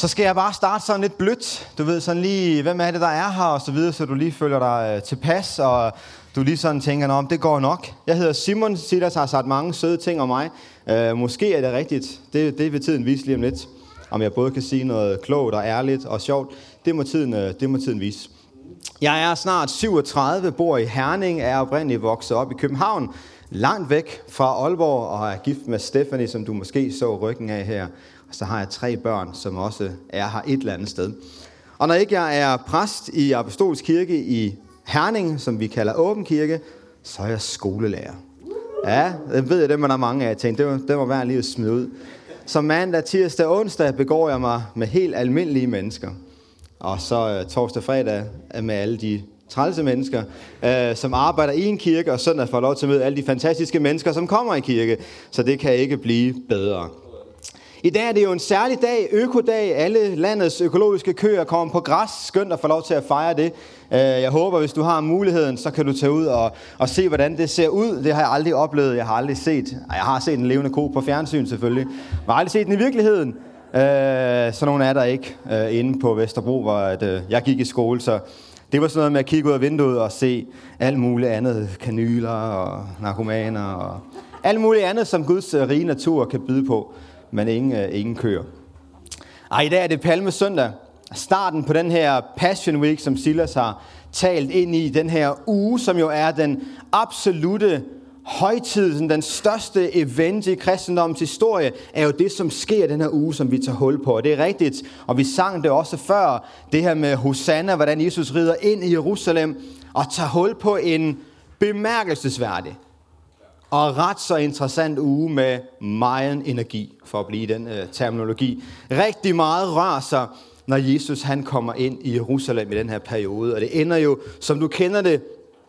Så skal jeg bare starte sådan lidt blødt. Du ved sådan lige, hvem er det, der er her, og så videre, så du lige føler dig tilpas, og du lige sådan tænker, om det går nok. Jeg hedder Simon. Silas har sagt mange søde ting om mig. Måske er det rigtigt. Det vil tiden vise lige om lidt. Om jeg både kan sige noget klogt og ærligt og sjovt. Det må tiden vise. Jeg er snart 37, bor i Herning, er oprindeligt vokset op i København. Langt væk fra Aalborg, og er gift med Stephanie, som du måske så ryggen af her. Og så har jeg 3 børn, som også er her et eller andet sted. Og når ikke jeg er præst i Apostolsk Kirke i Herning, som vi kalder Åben Kirke, så er jeg skolelærer. Ja, det ved jeg, det er mange af jer tænkt. Det var værd lige at smide ud. Så mandag, tirsdag og onsdag begår jeg mig med helt almindelige mennesker. Og så torsdag og fredag med alle de trælse mennesker, som arbejder i en kirke, og søndag får lov til at møde alle de fantastiske mennesker, som kommer i kirke. Så det kan ikke blive bedre. I dag er det jo en særlig dag, økodag. Alle landets økologiske køer kommer på græs. Skønt at få lov til at fejre det. Jeg håber, hvis du har muligheden, så kan du tage ud og se, hvordan det ser ud. Det har jeg aldrig oplevet. Jeg har set en levende ko på fjernsyn selvfølgelig. Men jeg har aldrig set den i virkeligheden. Så nogen er der ikke inde på Vesterbro, hvor jeg gik i skole. Så det var sådan noget med at kigge ud af vinduet og se alt muligt andet. Kanyler og narkomaner og alt muligt andet, som Guds rige natur kan byde på. Men ingen køer. I dag er det Palmesøndag. Starten på den her Passion Week, som Silas har talt ind i. Den her uge, som jo er den absolute højtid, den største event i kristendommens historie, er jo det, som sker den her uge, som vi tager hul på. Og det er rigtigt, og vi sang det også før, det her med Hosanna, hvordan Jesus rider ind i Jerusalem og tager hul på en bemærkelsesværdig og ret så interessant uge med meget energi, for at blive den terminologi. Rigtig meget rører sig, når Jesus han kommer ind i Jerusalem i den her periode. Og det ender jo, som du kender det,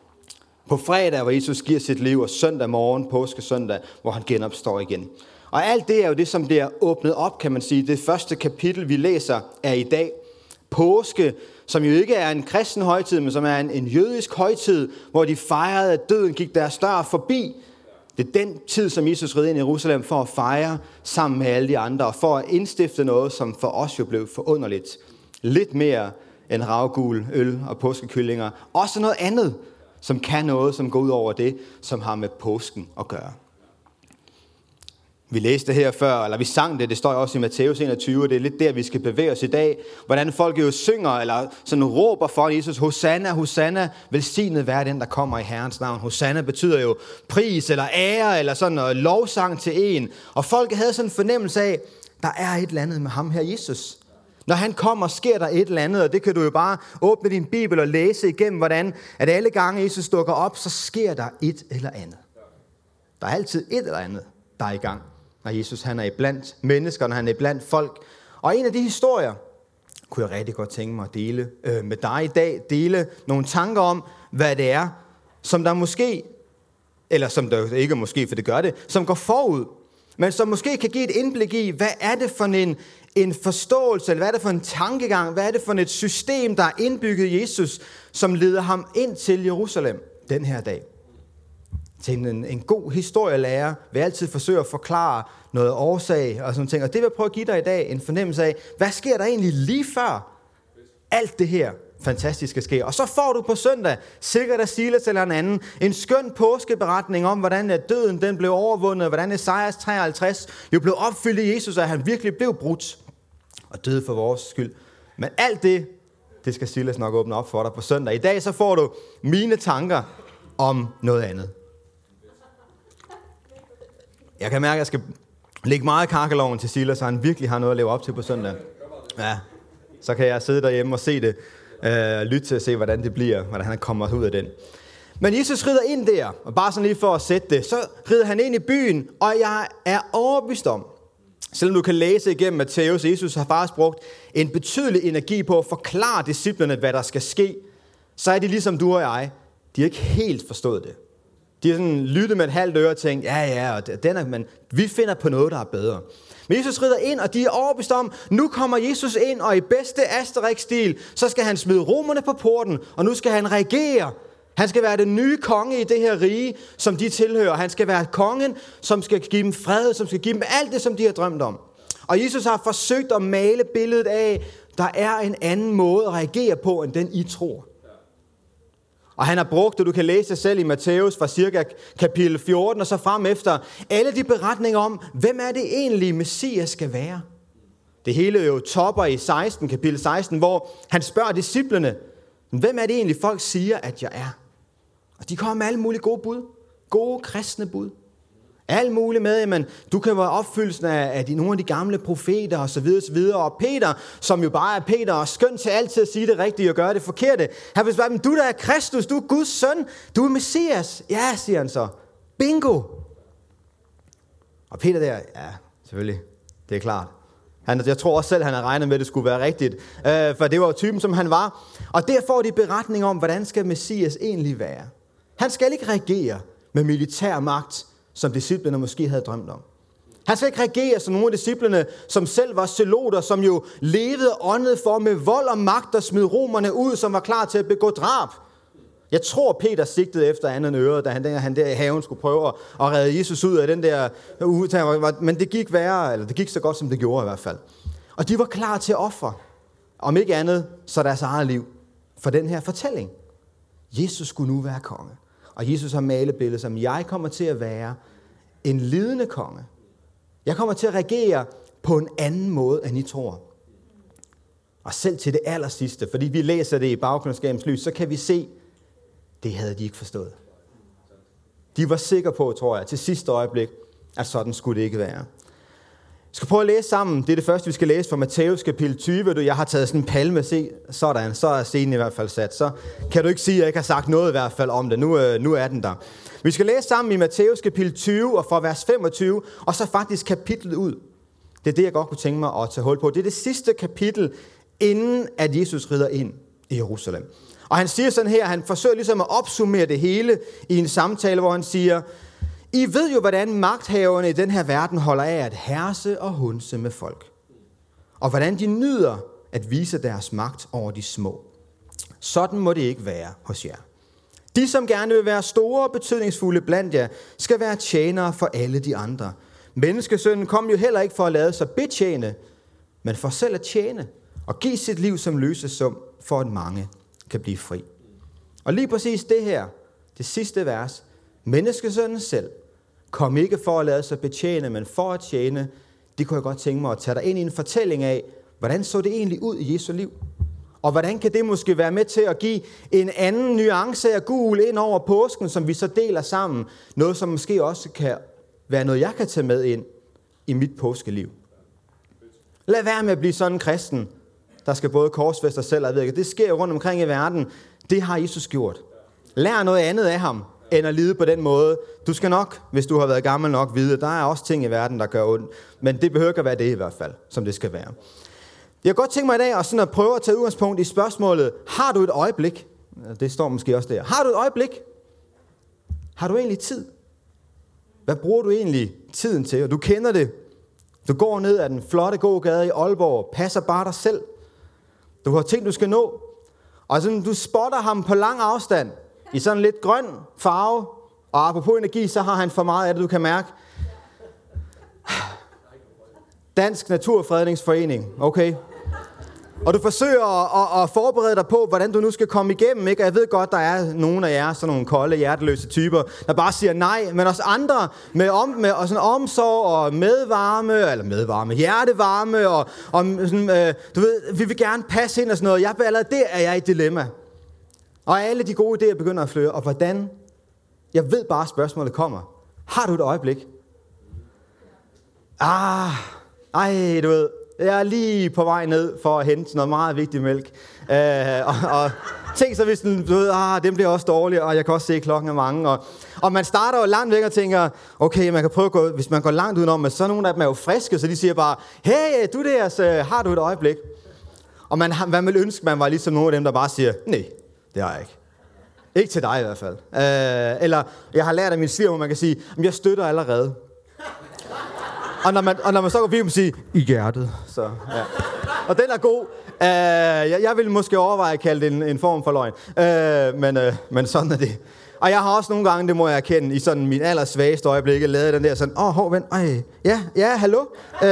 på fredag, hvor Jesus giver sit liv, og søndag morgen, påskesøndag, hvor han genopstår igen. Og alt det er jo det, som bliver åbnet op, kan man sige. Det første kapitel, vi læser, er i dag. Påske, som jo ikke er en kristen højtid, men som er en jødisk højtid, hvor de fejrede, at døden gik deres dør forbi. Det er den tid, som Jesus red ind i Jerusalem for at fejre sammen med alle de andre, og for at indstifte noget, som for os jo blev forunderligt. Lidt mere end ravgul, øl og påskekyllinger. Også noget andet, som kan noget, som går ud over det, som har med påsken at gøre. Vi læste her før, eller vi sang det står også i Matthæus 21, og det er lidt der, vi skal bevæge os i dag. Hvordan folk jo synger, eller sådan råber for Jesus, Hosanna, Hosanna, velsignet være den, der kommer i Herrens navn. Hosanna betyder jo pris, eller ære, eller sådan noget lovsang til en. Og folk havde sådan en fornemmelse af, der er et eller andet med ham her, Jesus. Når han kommer, sker der et eller andet, og det kan du jo bare åbne din bibel og læse igennem, hvordan at alle gange Jesus dukker op, så sker der et eller andet. Der er altid et eller andet, der er i gang, når Jesus han er iblandt mennesker, når han er iblandt folk. Og en af de historier, kunne jeg rigtig godt tænke mig at dele med dig i dag, dele nogle tanker om, hvad det er, som der måske, eller som der ikke måske, for det gør det, som går forud, men som måske kan give et indblik i, hvad er det for en forståelse, eller hvad er det for en tankegang, hvad er det for et system, der er indbygget i Jesus, som leder ham ind til Jerusalem den her dag. Til en god historielærer vil altid forsøge at forklare noget årsag og sådan ting. Og det vil jeg prøve at give dig i dag en fornemmelse af, hvad sker der egentlig lige før alt det her fantastiske sker. Og så får du på søndag, sikkert af Silas eller en anden, en skøn påskeberetning om, hvordan døden den blev overvundet, hvordan Esajas 53 jo blev opfyldt i Jesus, og han virkelig blev brudt og døde for vores skyld. Men alt det skal Silas nok åbne op for dig på søndag. I dag så får du mine tanker om noget andet. Jeg kan mærke, at jeg skal lægge meget kakkeloven til Silas, så han virkelig har noget at leve op til på søndag. Ja, så kan jeg sidde derhjemme og se det, lytte til at se, hvordan det bliver, hvordan han kommer ud af den. Men Jesus rider ind der, og bare sådan lige for at sætte det, så rider han ind i byen, og jeg er overbevist om, selvom du kan læse igennem Matthæus, Jesus har faktisk brugt en betydelig energi på at forklare disciplerne, hvad der skal ske, så er de ligesom du og jeg, de har ikke helt forstået det. De har sådan lyttet med et halvt øre og tænkt, men vi finder på noget, der er bedre. Men Jesus rider ind, og de er overbevist om, nu kommer Jesus ind, og i bedste Asterix-stil, så skal han smide romerne på porten, og nu skal han regere. Han skal være den nye konge i det her rige, som de tilhører. Han skal være kongen, som skal give dem fred, som skal give dem alt det, som de har drømt om. Og Jesus har forsøgt at male billedet af, der er en anden måde at reagere på, end den I tror. Og han har brugt det, du kan læse selv i Matthæus fra cirka kapitel 14 og så frem efter, alle de beretninger om, hvem er det egentlig Messias skal være. Det hele jo topper i kapitel 16, hvor han spørger disciplene, hvem er det egentlig folk siger, at jeg er? Og de kommer med alle mulige gode bud. Gode kristne bud. Alt muligt med, men du kan være opfyldelsen af nogle af de gamle profeter og så videre. Og Peter, som jo bare er Peter, og skønt til altid at sige det rigtige og gøre det forkerte. Han vil spørge, du der er Kristus, du er Guds søn, du er Messias. Ja, siger han så. Bingo! Og Peter der, ja, selvfølgelig, det er klart. Jeg tror også selv, han havde regnet med, at det skulle være rigtigt. For det var jo typen, som han var. Og der får de beretning om, hvordan skal Messias egentlig være. Han skal ikke reagere med militær magt, som disciplene måske havde drømt om. Han skal ikke reagere som nogle af disciplene, som selv var zeloter, som jo levede og åndede for med vold og magt at smide romerne ud, som var klar til at begå drab. Jeg tror, Peter sigtede efter anden øre, da han der i haven skulle prøve at redde Jesus ud af den der uge. Men det gik værre, eller det gik så godt, som det gjorde i hvert fald. Og de var klar til at ofre, om ikke andet, så deres eget liv for den her fortælling. Jesus skulle nu være konge. Og Jesus har malet billedet, som jeg kommer til at være en lidende konge. Jeg kommer til at reagere på en anden måde, end I tror. Og selv til det allersidste, fordi vi læser det i baggrundsskabens lys, så kan vi se, det havde de ikke forstået. De var sikre på, tror jeg, til sidste øjeblik, at sådan skulle det ikke være. Jeg skal prøve at læse sammen. Det er det første, vi skal læse fra Matthæus kapitel 20. Jeg har taget sådan en palme. Se, sådan, så er scenen i hvert fald sat. Så kan du ikke sige, at jeg ikke har sagt noget i hvert fald om det. Nu er den der. Vi skal læse sammen i Matthæus kapitel 20 og fra vers 25, og så faktisk kapitlet ud. Det er det, jeg godt kunne tænke mig at tage hul på. Det er det sidste kapitel, inden at Jesus rider ind i Jerusalem. Og han siger sådan her, han forsøger ligesom at opsummere det hele i en samtale, hvor han siger, I ved jo, hvordan magthaverne i den her verden holder af at herse og hunse med folk. Og hvordan de nyder at vise deres magt over de små. Sådan må det ikke være hos jer. De, som gerne vil være store og betydningsfulde blandt jer, skal være tjenere for alle de andre. Menneskesønnen kom jo heller ikke for at lade sig betjene, men for selv at tjene og give sit liv som løsesum, for at mange kan blive fri. Og lige præcis det her, det sidste vers, menneskesønnen selv, kom ikke for at lade sig betjene, men for at tjene. Det kunne jeg godt tænke mig at tage dig ind i en fortælling af, hvordan så det egentlig ud i Jesu liv? Og hvordan kan det måske være med til at give en anden nuance af gul ind over påsken, som vi så deler sammen? Noget, som måske også kan være noget, jeg kan tage med ind i mit påskeliv. Lad være med at blive sådan en kristen, der skal både korsfæste sig selv og virke. Det sker rundt omkring i verden. Det har Jesus gjort. Lær noget andet af ham, end at lide på den måde. Du skal nok, hvis du har været gammel nok, vide, der er også ting i verden, der gør ondt. Men det behøver ikke at være det i hvert fald, som det skal være. Jeg kan godt tænke mig i dag at, sådan at prøve at tage udgangspunkt i spørgsmålet, har du et øjeblik? Det står måske også der. Har du et øjeblik? Har du egentlig tid? Hvad bruger du egentlig tiden til? Og du kender det. Du går ned ad den flotte gågade i Aalborg, passer bare dig selv. Du har ting, du skal nå. Og sådan, du spotter ham på lang afstand, i sådan lidt grøn farve. Og apropos energi, så har han for meget af det, du kan mærke. Dansk Naturfredningsforening, okay. Og du forsøger at forberede dig på, hvordan du nu skal komme igennem, ikke? Og jeg ved godt, der er nogle af jer, sådan nogle kolde, hjerteløse typer, der bare siger nej, men også andre med sådan omsorg og medvarme, hjertevarme, og sådan, du ved, vi vil gerne passe ind og sådan noget. Allerede der er jeg i et dilemma. Og alle de gode idéer begynder at fløre, og hvordan? Jeg ved bare, spørgsmålet kommer. Har du et øjeblik? Du ved, jeg er lige på vej ned for at hente noget meget vigtig mælk. Og tænk så, hvis den, du ved, den bliver også dårlig, og jeg kan også se, klokken er mange. Og man starter jo langt væk og tænker, okay, man kan prøve at gå, hvis man går langt udenom, men så nogle af dem er jo friske, så de siger bare, hey, du der, så har du et øjeblik? Og man vil ønske, man var ligesom nogle af dem, der bare siger, nej, det har jeg ikke. Ikke til dig i hvert fald. Eller jeg har lært af min svigermor, man kan sige, jeg støtter allerede. Og når man så går forbi, man siger, i hjertet. Så, ja. Og den er god. Jeg vil måske overveje at kalde det en form for løgn. Men sådan er det. Og jeg har også nogle gange, det må jeg erkende, i sådan min allersvageste øjeblikke, lavet den der sådan, vent, hallo?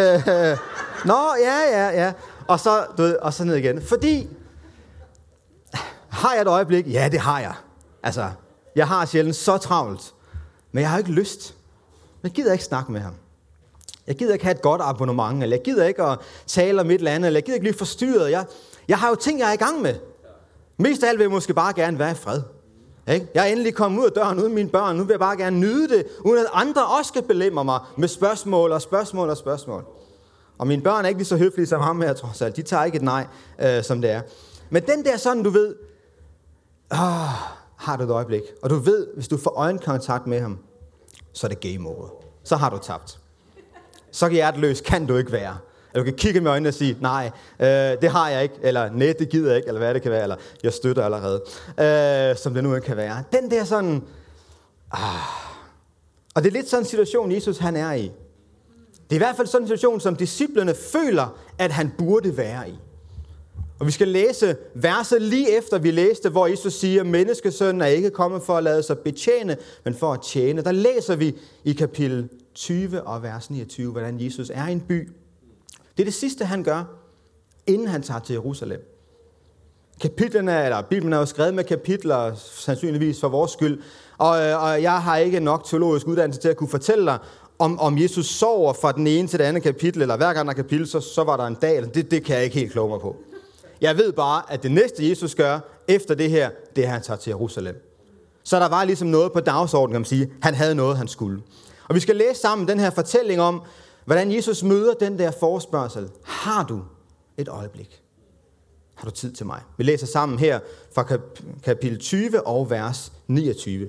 Ja. Og så, og så ned igen. Fordi, har jeg et øjeblik? Ja, det har jeg. Altså, jeg har sjældent så travlt. Men jeg har ikke lyst. Jeg gider ikke snakke med ham. Jeg gider ikke have et godt abonnement, eller jeg gider ikke at tale om et eller andet, eller jeg gider ikke blive forstyrret. Jeg har jo ting, jeg er i gang med. Mest af alt vil jeg måske bare gerne være i fred. Ikke? Jeg er endelig kommet ud af døren uden mine børn. Nu vil jeg bare gerne nyde det, uden at andre også skal belemre mig med spørgsmål. Og mine børn er ikke lige så høflige som ham her, trods alt. De tager ikke et nej, som det er. Men den der sådan, du ved, har du et øjeblik. Og du ved, hvis du får øjenkontakt med ham, så er det game over. Så har du tabt. Så hjerteløs kan du ikke være. Eller du kan kigge med øjnene og sige, nej, det har jeg ikke, eller nej, det gider jeg ikke, eller hvad det kan være, eller jeg støtter allerede, som det nu ikke kan være. Den der sådan, Og det er lidt sådan en situation, Jesus han er i. Det er i hvert fald sådan en situation, som disciplene føler, at han burde være i. Og vi skal læse verset lige efter vi læste, hvor Jesus siger, menneskesønnen er ikke kommet for at lade sig betjene, men for at tjene. Der læser vi i kapitel 20 og vers 29, hvordan Jesus er i en by. Det er det sidste, han gør, inden han tager til Jerusalem. Bibelen er jo skrevet med kapitler, sandsynligvis for vores skyld. Og jeg har ikke nok teologisk uddannelse til at kunne fortælle dig, om Jesus sover fra den ene til det andet kapitel, eller hver gang der er kapitel, så var der en dag. Det kan jeg ikke helt kloge mig på. Jeg ved bare, at det næste Jesus gør efter det her, det er, at han tager til Jerusalem. Så der var ligesom noget på dagsordenen, kan man sige. Han havde noget, han skulle. Og vi skal læse sammen den her fortælling om, hvordan Jesus møder den der forespørgsel. Har du et øjeblik? Har du tid til mig? Vi læser sammen her fra kapitel 20 og vers 29.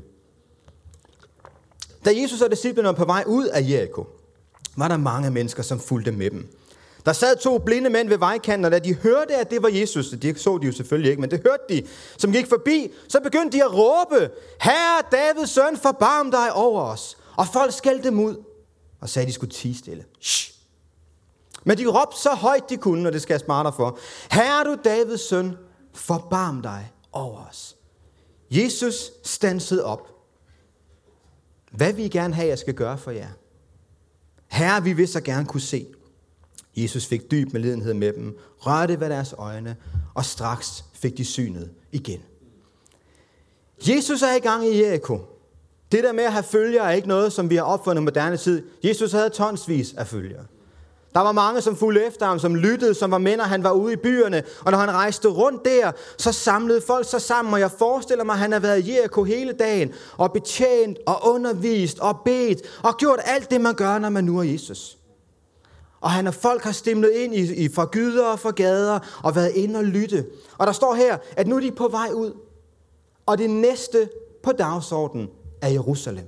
Da Jesus og disciplene var på vej ud af Jericho, var der mange mennesker, som fulgte med dem. Der sad 2 blinde mænd ved vejkanten, og da de hørte, at det var Jesus, det så de jo selvfølgelig ikke, men det hørte de, som gik forbi, så begyndte de at råbe, Herre, Davids søn, forbarm dig over os. Og folk skældte dem ud og sagde, at de skulle tie stille. Shh. Men de råbte så højt de kunne, og det skal jeg smarte dig for. Herre, du Davids søn, forbarm dig over os. Jesus standsede op. Hvad vil I gerne have, jeg skal gøre for jer? Herre, vi vil så gerne kunne se. Jesus fik dyb medlidenhed med dem, rørte ved deres øjne, og straks fik de synet igen. Jesus er i gang i Jericho. Det der med at have følgere er ikke noget, som vi har opfundet i moderne tid. Jesus havde tonsvis af følgere. Der var mange, som fulgte efter ham, som lyttede, som var mænd, og han var ude i byerne. Og når han rejste rundt der, så samlede folk sig sammen. Og jeg forestiller mig, at han har været i Jericho hele dagen, og betjent, og undervist, og bedt, og gjort alt det, man gør, når man nu er Jesus. Og folk har stimlet ind fra gyder og fra gader, og været inde og lytte. Og der står her, at nu er de på vej ud. Og det næste på dagsordenen er Jerusalem.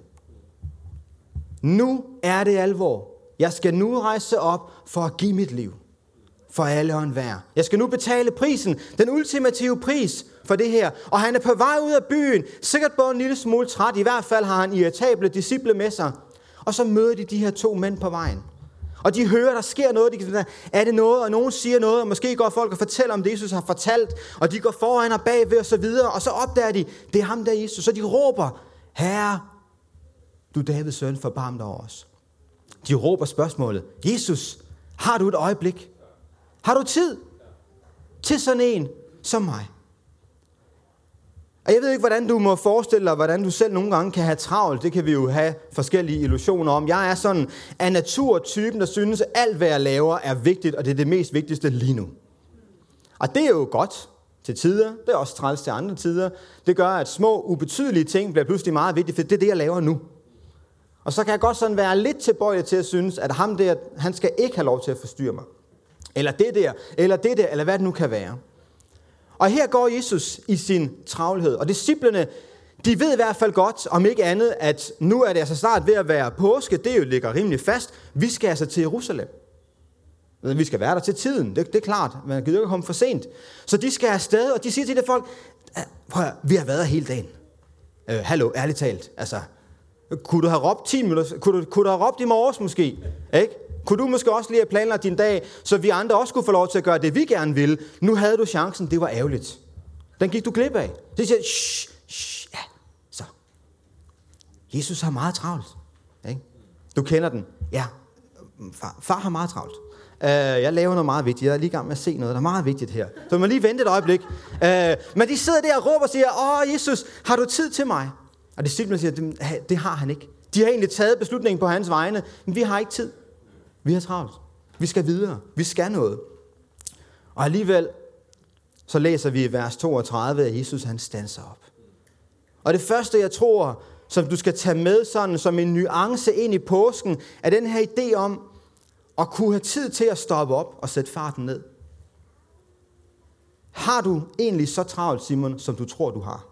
Nu er det alvor. Jeg skal nu rejse op for at give mit liv for alle og enhver. Jeg skal nu betale prisen, den ultimative pris for det her. Og han er på vej ud af byen, sikkert både en lille smule træt. I hvert fald har han irritable disciple med sig. Og så møder de her 2 mænd på vejen. Og de hører, der sker noget. Er det noget? Og nogen siger noget, og måske går folk og fortæller om det, Jesus har fortalt. Og de går foran og bagved og så videre. Og så opdager de, det er ham der Jesus. Så de råber, Herre, du Davids søn, forbarm dig over os. De råber spørgsmålet, Jesus, har du et øjeblik? Har du tid til sådan en som mig? Og jeg ved ikke, hvordan du må forestille dig, hvordan du selv nogle gange kan have travlt. Det kan vi jo have forskellige illusioner om. Jeg er sådan af naturtypen, der synes, at alt, hvad jeg laver, er vigtigt, og det er det mest vigtigste lige nu. Og det er jo godt til tider. Det er også træls til andre tider. Det gør, at små, ubetydelige ting bliver pludselig meget vigtigt, for det er det, jeg laver nu. Og så kan jeg godt sådan være lidt tilbøjelig til at synes, at ham der, han skal ikke have lov til at forstyrre mig. Eller det der, eller hvad det nu kan være. Og her går Jesus i sin travlhed. Og disciplene, de ved i hvert fald godt, om ikke andet, at nu er det altså snart ved at være påske. Det jo ligger rimelig fast. Vi skal altså til Jerusalem. Vi skal være der til tiden. Det er klart. Man gider ikke komme for sent. Så de skal afsted, og de siger til det folk, prøv at, vi har været der hele dagen. Hallo, ærligt talt. Altså, kunne du have råbt 10 minutter? Kunne du have råbt i morges måske? Ikke? Kunne du måske også lige have planlagt din dag, så vi andre også kunne få lov til at gøre det, vi gerne ville? Nu havde du chancen, det var ærgerligt. Den gik du glip af. Så siger ja, så. Jesus har meget travlt. Ikke? Du kender den. Ja, far har meget travlt. Jeg laver noget meget vigtigt. Jeg er lige i gang med at se noget, der er meget vigtigt her. Så må lige vente et øjeblik. Men de sidder der og råber og siger, Jesus, har du tid til mig? Og disciplene siger, det har han ikke. De har egentlig taget beslutningen på hans vegne, men vi har ikke tid. Vi har travlt. Vi skal videre. Vi skal noget. Og alligevel, så læser vi i vers 32, at Jesus han standser op. Og det første, jeg tror, som du skal tage med sådan som en nuance ind i påsken, er den her idé om at kunne have tid til at stoppe op og sætte farten ned. Har du egentlig så travlt, Simon, som du tror, du har?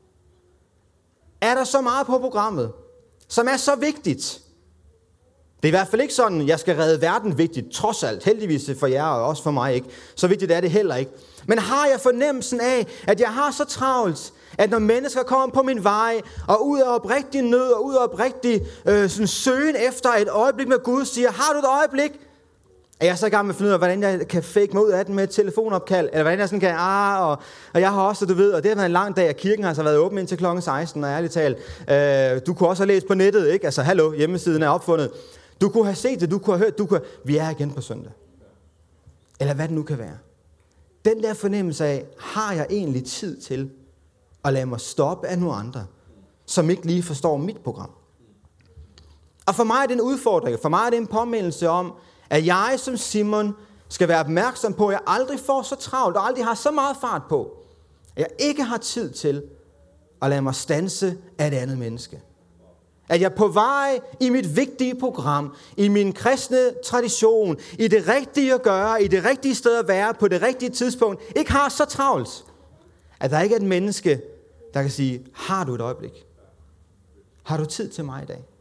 Er der så meget på programmet, som er så vigtigt? Det er i hvert fald ikke sådan, jeg skal redde verden vigtigt, trods alt. Heldigvis for jer og også for mig ikke. Så vigtigt er det heller ikke. Men har jeg fornemmelsen af, at jeg har så travlt, at når mennesker kommer på min vej, og ud af oprigtig nød, og ud af oprigtig søgen efter et øjeblik med Gud, siger, har du et øjeblik? Er jeg så i gang med at finde ud af, hvordan jeg kan fake mig ud af den med et telefonopkald, eller hvordan jeg sådan kan, og jeg har også, du ved, og det har været en lang dag, og kirken har altså været åben indtil klokken 16, og ærligt talt. Du kunne også have læst på nettet, ikke? Altså, hallo, hjemmesiden er opfundet. Du kunne have set det, du kunne have hørt, vi er igen på søndag. Eller hvad det nu kan være. Den der fornemmelse af, har jeg egentlig tid til at lade mig stoppe af nogle andre, som ikke lige forstår mit program? Og for mig er det en udfordring, for mig er det en påmindelse om, at jeg som Simon skal være opmærksom på, at jeg aldrig får så travlt, og aldrig har så meget fart på, at jeg ikke har tid til at lade mig standse af et andet menneske. At jeg på vej i mit vigtige program, i min kristne tradition, i det rigtige at gøre, i det rigtige sted at være, på det rigtige tidspunkt, ikke har så travlt, at der ikke er et menneske, der kan sige, har du et øjeblik? Har du tid til mig i dag?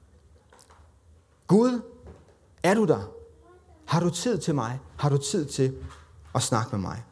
Gud, er du der? Har du tid til mig? Har du tid til at snakke med mig?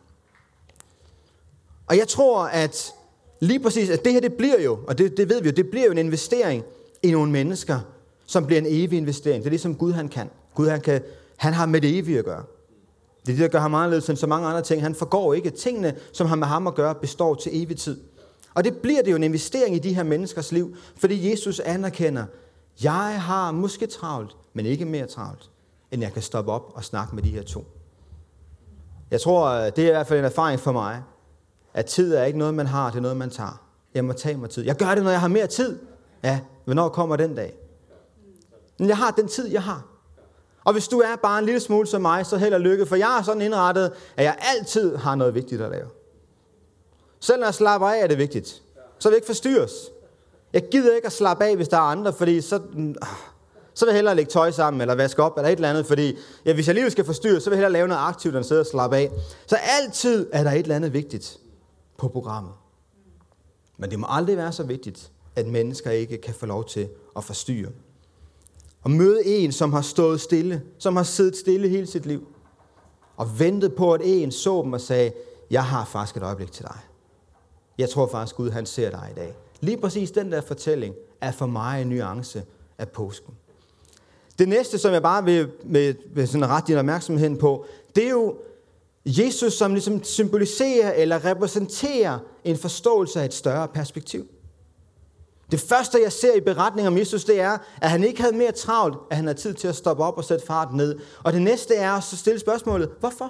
Og jeg tror, at lige præcis, at det her, det bliver jo, og det ved vi jo, det bliver jo en investering i nogle mennesker, som bliver en evig investering. Det er ligesom Gud, han kan. Gud, han har med det evige at gøre. Det er det, der gør ham anderledes end så mange andre ting. Han forgår ikke. Tingene, som har med ham at gøre, består til evig tid. Og det bliver det jo en investering i de her menneskers liv, fordi Jesus anerkender, jeg har måske travlt, men ikke mere travlt, end jeg kan stoppe op og snakke med de her to. Jeg tror, det er i hvert fald en erfaring for mig, at tid er ikke noget, man har, det er noget, man tager. Jeg må tage mig tid. Jeg gør det, når jeg har mere tid. Ja, hvornår kommer den dag? Men jeg har den tid, jeg har. Og hvis du er bare en lille smule som mig, så held og lykke, for jeg er sådan indrettet, at jeg altid har noget vigtigt at lave. Selv når jeg slapper af, er det vigtigt. Så vil jeg ikke forstyrres. Jeg gider ikke at slappe af, hvis der er andre, fordi så vil jeg hellere lægge tøj sammen, eller vaske op, eller et eller andet, fordi hvis jeg lige skal forstyrres, så vil jeg hellere lave noget aktivt, end sidde og slappe af. Så altid er der et eller andet vigtigt på programmet. Men det må aldrig være så vigtigt, at mennesker ikke kan få lov til at forstyrre. Og møde en, som har stået stille, som har siddet stille hele sit liv, og ventet på, at en så dem og sagde, jeg har faktisk et øjeblik til dig. Jeg tror faktisk, Gud han ser dig i dag. Lige præcis den der fortælling er for mig en nuance af påsken. Det næste, som jeg bare vil sådan rette din opmærksomhed på, det er jo Jesus, som ligesom symboliserer eller repræsenterer en forståelse af et større perspektiv. Det første, jeg ser i beretningen om Jesus, det er, at han ikke havde mere travlt, at han havde tid til at stoppe op og sætte farten ned. Og det næste er at stille spørgsmålet, hvorfor?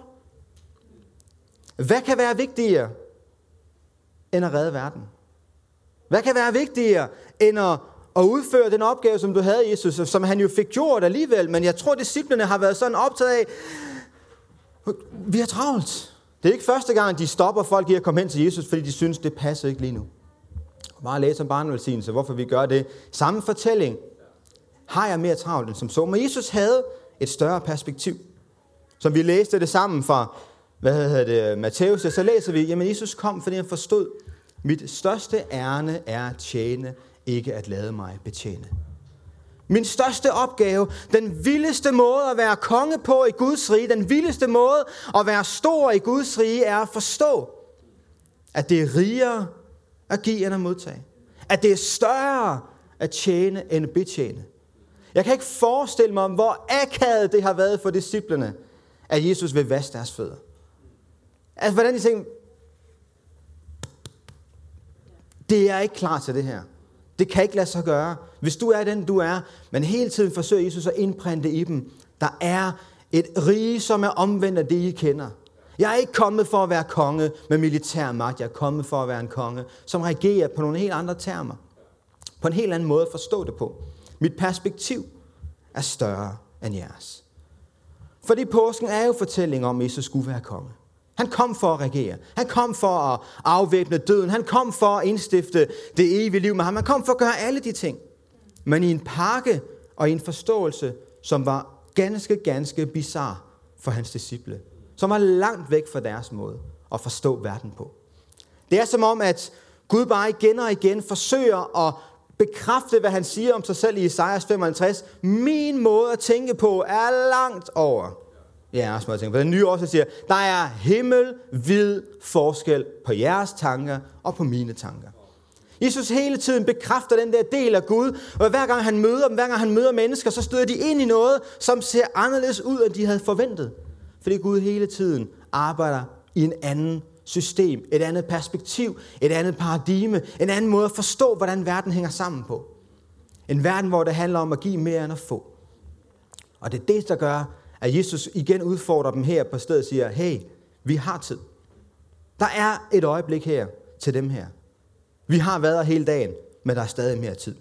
Hvad kan være vigtigere end at redde verden? Hvad kan være vigtigere end at udføre den opgave, som du havde, Jesus, som han jo fik gjort alligevel, men jeg tror, disciplene har været sådan optaget af, vi har travlt. Det er ikke første gang, de stopper folk i at komme hen til Jesus, fordi de synes, det passer ikke lige nu. Bare læse om barnevelsignelse, hvorfor vi gør det. Samme fortælling. Har jeg mere travlt end som så? Men Jesus havde et større perspektiv. Som vi læste det sammen fra, Matthæus, så læser vi, jamen Jesus kom, fordi han forstod, mit største ærne er at tjene, ikke at lade mig betjene. Min største opgave, den vildeste måde at være konge på i Guds rige, den vildeste måde at være stor i Guds rige, er at forstå, at det er rigere at give end at modtage. At det er større at tjene end at betjene. Jeg kan ikke forestille mig, hvor akavet det har været for disciplene, at Jesus vil vaske deres fødder. Altså, hvordan de tænker, det er ikke klar til det her. Det kan ikke lade sig gøre. Hvis du er den, du er, men hele tiden forsøger Jesus at indprinte i dem. Der er et rige, som er omvendt af det, I kender. Jeg er ikke kommet for at være konge med militær magt. Jeg er kommet for at være en konge, som reagerer på nogle helt andre termer. På en helt anden måde at forstå det på. Mit perspektiv er større end jeres. Fordi påsken er jo fortælling om, at Jesus skulle være konge. Han kom for at regere. Han kom for at afvæbne døden. Han kom for at indstifte det evige liv med ham. Han kom for at gøre alle de ting. Men i en pakke og i en forståelse, som var ganske bizarre for hans disciple. Som var langt væk fra deres måde at forstå verden på. Det er som om, at Gud bare igen og igen forsøger at bekræfte, hvad han siger om sig selv i Esajas 55. Min måde at tænke på er langt over jeres måde at tænke på. Den nye også siger, der er himmelvid forskel på jeres tanker og på mine tanker. Jesus hele tiden bekræfter den der del af Gud, og hver gang han møder dem, hver gang han møder mennesker, så støder de ind i noget, som ser anderledes ud, end de havde forventet. Fordi Gud hele tiden arbejder i en anden system, et andet perspektiv, et andet paradigme, en anden måde at forstå, hvordan verden hænger sammen på. En verden, hvor det handler om at give mere end at få. Og det er det, der gør, at Jesus igen udfordrer dem her på stedet og siger, hey, vi har tid. Der er et øjeblik her til dem her. Vi har været her hele dagen, men der er stadig mere tid.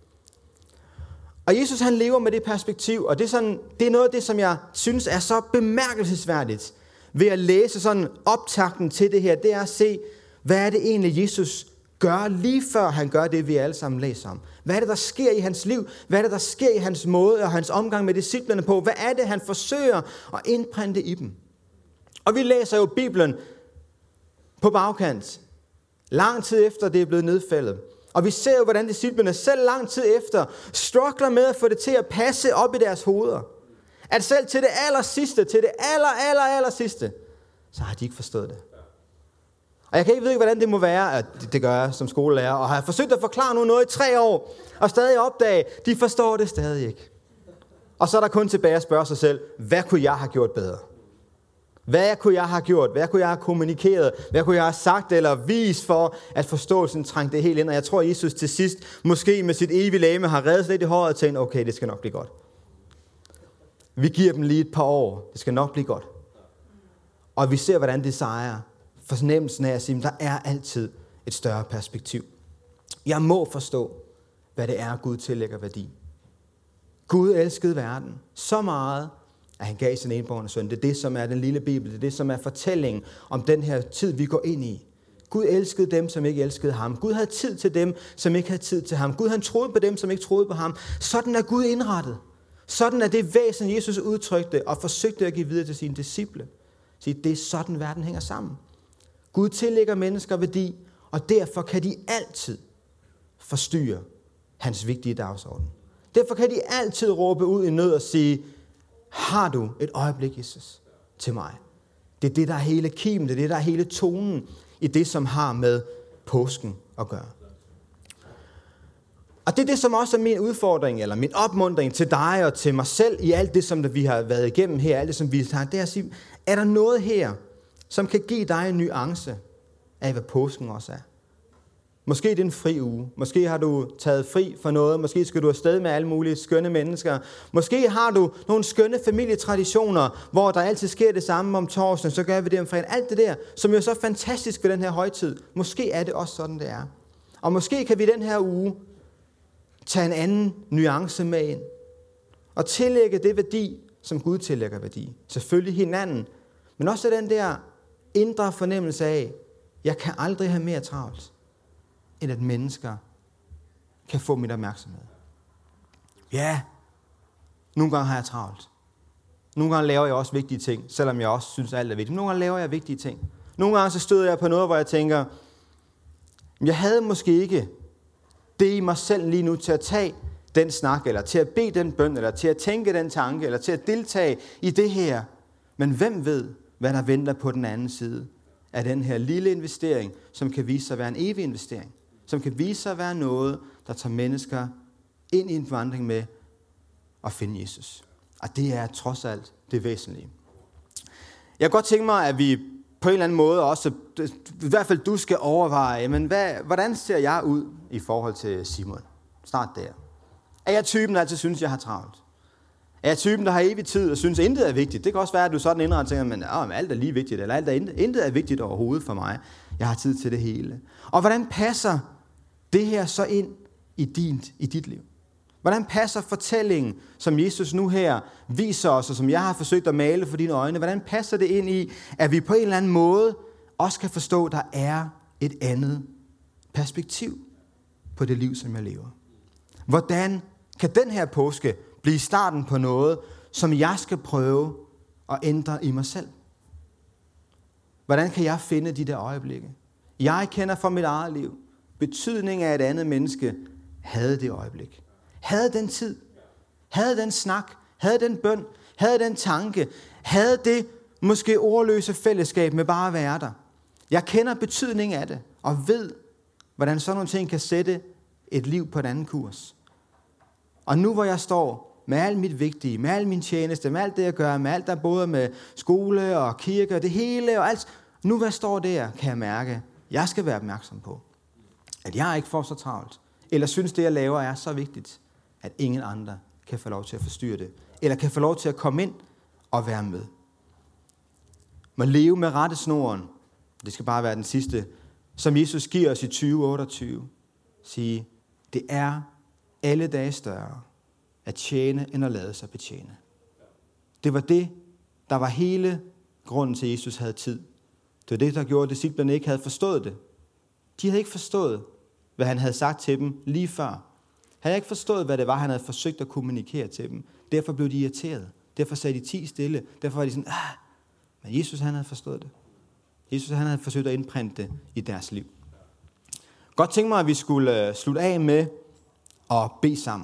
Og Jesus han lever med det perspektiv, og det er noget af det, som jeg synes er så bemærkelsesværdigt ved at læse sådan optakten til det her, det er at se, hvad er det egentlig Jesus gør lige før han gør det, vi alle sammen læser om. Hvad er det, der sker i hans liv? Hvad er det, der sker i hans måde og hans omgang med disciplene på? Hvad er det, han forsøger at indprinte i dem? Og vi læser jo Bibelen på bagkant, lang tid efter det er blevet nedfældet. Og vi ser jo, hvordan disciplene selv lang tid efter struggler med at få det til at passe op i deres hoveder. At selv til det allersidste, til det aller sidste, så har de ikke forstået det. Og jeg kan ikke vide, hvordan det må være, at det gør jeg som skolelærer, og har forsøgt at forklare noget i 3 år, og stadig opdage, de forstår det stadig ikke. Og så er der kun tilbage at spørge sig selv, hvad kunne jeg have gjort bedre? Hvad kunne jeg have gjort? Hvad kunne jeg have kommunikeret? Hvad kunne jeg have sagt eller vist for, at forståelsen trængte det helt ind? Og jeg tror, Jesus til sidst, måske med sit evige legeme, har reddet lidt i håret og tænkt, okay, det skal nok blive godt. Vi giver dem lige et par år. Det skal nok blive godt. Og vi ser, hvordan det sejrer. Fornemmelsen af at sige, at der er altid et større perspektiv. Jeg må forstå, hvad det er, Gud tillægger værdi. Gud elskede verden så meget, at han gav sin enbårne søn. Det er det, som er den lille Bibel. Det er det, som er fortællingen om den her tid, vi går ind i. Gud elskede dem, som ikke elskede ham. Gud havde tid til dem, som ikke havde tid til ham. Gud han troede på dem, som ikke troede på ham. Sådan er Gud indrettet. Sådan er det væsen, Jesus udtrykte og forsøgte at give videre til sine disciple. Så det er sådan, verden hænger sammen. Gud tillægger mennesker værdi, og derfor kan de altid forstyrre hans vigtige dagsorden. Derfor kan de altid råbe ud i nød og sige, har du et øjeblik, Jesus, til mig? Det er det, der er hele kimen, det er det, der er hele tonen i det, som har med påsken at gøre. Og det er det, som også er min udfordring, eller min opmuntring til dig og til mig selv i alt det, som vi har været igennem her, alt det, som vi har, det er at sige, er der noget her, som kan give dig en nuance af, hvad påsken også er? Måske er det en fri uge. Måske har du taget fri for noget. Måske skal du afsted med alle mulige skønne mennesker. Måske har du nogle skønne familietraditioner, hvor der altid sker det samme om torsdagen, så gør vi det om fredagen. Alt det der, som jo er så fantastisk ved den her højtid. Måske er det også sådan, det er. Og måske kan vi den her uge tage en anden nuance med ind. Og tillægge det værdi, som Gud tillægger værdi. Selvfølgelig hinanden. Men også den der indre fornemmelse af, jeg kan aldrig have mere travlt, end at mennesker kan få min opmærksomhed. Ja, nogle gange har jeg travlt. Nogle gange laver jeg også vigtige ting, selvom jeg også synes, alt er vigtigt. Nogle gange laver jeg vigtige ting. Nogle gange så støder jeg på noget, hvor jeg tænker, jeg havde måske ikke det i mig selv lige nu til at tage den snak, eller til at bede den bøn, eller til at tænke den tanke, eller til at deltage i det her. Men hvem ved, hvad der venter på den anden side af den her lille investering, som kan vise sig at være en evig investering. Som kan vise sig at være noget, der tager mennesker ind i en vandring med at finde Jesus. Og det er trods alt det væsentlige. Jeg kan godt tænke mig, at vi på en eller anden måde også, i hvert fald du skal overveje, men hvordan ser jeg ud i forhold til Simon? Start der. Er jeg typen, der altid synes, jeg har travlt? Er jeg typen, der har evig tid og synes, intet er vigtigt? Det kan også være, at du sådan indretter og tænker, men alt er lige vigtigt, eller intet er vigtigt overhovedet for mig. Jeg har tid til det hele. Og hvordan passer det her så ind i dit liv? Hvordan passer fortællingen, som Jesus nu her viser os, og som jeg har forsøgt at male for dine øjne, hvordan passer det ind i, at vi på en eller anden måde også kan forstå, at der er et andet perspektiv på det liv, som jeg lever? Hvordan kan den her påske blive starten på noget, som jeg skal prøve at ændre i mig selv? Hvordan kan jeg finde de der øjeblikke? Jeg kender fra mit eget liv betydningen af, at et andet menneske havde det øjeblik. Havde den tid, havde den snak, havde den bøn, havde den tanke, havde det måske ordløse fællesskab med bare at være der. Jeg kender betydningen af det, og ved, hvordan sådan nogle ting kan sætte et liv på en anden kurs. Og nu hvor jeg står med alt mit vigtige, med al min tjeneste, med alt det jeg gør, med alt der både med skole og kirke og det hele og alt. Nu hvor jeg står der, kan jeg mærke, at jeg skal være opmærksom på, at jeg ikke får så travlt, eller synes det jeg laver er så vigtigt, at ingen andre kan få lov til at forstyrre det, eller kan få lov til at komme ind og være med. Må leve med rettesnoren, det skal bare være den sidste, som Jesus giver os i 2028. Sige, det er alle dage større at tjene, end at lade sig betjene. Det var det, der var hele grunden til, at Jesus havde tid. Det var det, der gjorde, at disciplerne ikke havde forstået det. De havde ikke forstået, hvad han havde sagt til dem lige før. Han havde ikke forstået, hvad det var, han havde forsøgt at kommunikere til dem. Derfor blev de irriteret. Derfor sagde de 10 stille. Derfor var de sådan, men Jesus han havde forstået det. Jesus han havde forsøgt at indprinte det i deres liv. Godt tænke mig, at vi skulle slutte af med at bede sammen.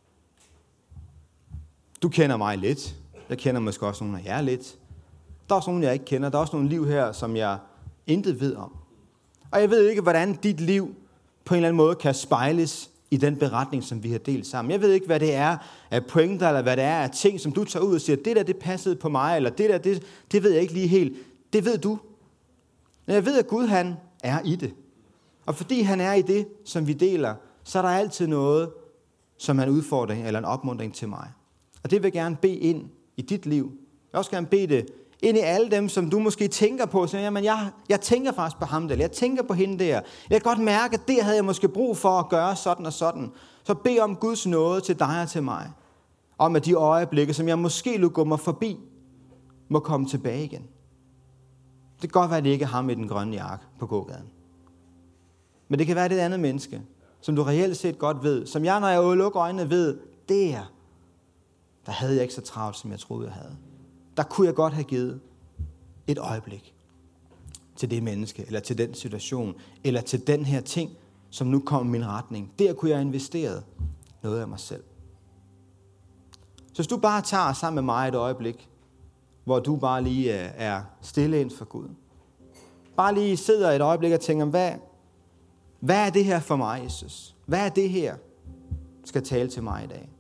Du kender mig lidt. Jeg kender måske også nogle af jer lidt. Der er også nogle, jeg ikke kender. Der er også nogle liv her, som jeg intet ved om. Og jeg ved ikke, hvordan dit liv på en eller anden måde kan spejles i den beretning, som vi har delt sammen. Jeg ved ikke, hvad det er af pointer, eller hvad det er af ting, som du tager ud og siger, det der, det passede på mig, eller det der, det ved jeg ikke lige helt. Det ved du. Men jeg ved, at Gud, han er i det. Og fordi han er i det, som vi deler, så er der altid noget, som er en udfordring eller en opmuntring til mig. Og det vil jeg gerne bede ind i dit liv. Jeg vil også gerne bede det ind i alle dem, som du måske tænker på. Så, jamen, jeg tænker faktisk på ham der, eller jeg tænker på hende der. Jeg kan godt mærke, at det havde jeg måske brug for at gøre sådan og sådan. Så bed om Guds nåde til dig og til mig. Om at de øjeblikke, som jeg måske vil gå mig forbi, må komme tilbage igen. Det kan godt være, at det ikke er ham i den grønne jakke på gågaden. Men det kan være, det andet menneske, som du reelt set godt ved, som jeg, når jeg lukker øjnene, ved, der havde jeg ikke så travlt, som jeg troede, jeg havde. Der kunne jeg godt have givet et øjeblik til det menneske, eller til den situation, eller til den her ting, som nu kom i min retning. Der kunne jeg have investeret noget af mig selv. Så hvis du bare tager sammen med mig et øjeblik, hvor du bare lige er stille ind for Gud. Bare lige sidder et øjeblik og tænker, hvad er det her for mig, Jesus? Hvad er det her, skal tale til mig i dag?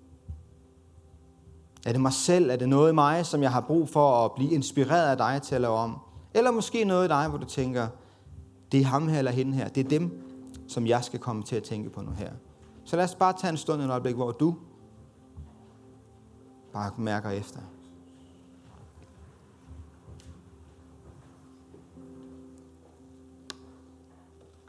Er det mig selv? Er det noget i mig, som jeg har brug for at blive inspireret af dig til at lave om? Eller måske noget i dig, hvor du tænker, det er ham her eller hende her. Det er dem, som jeg skal komme til at tænke på nu her. Så lad os bare tage en stund, et øjeblik, hvor du bare mærker efter.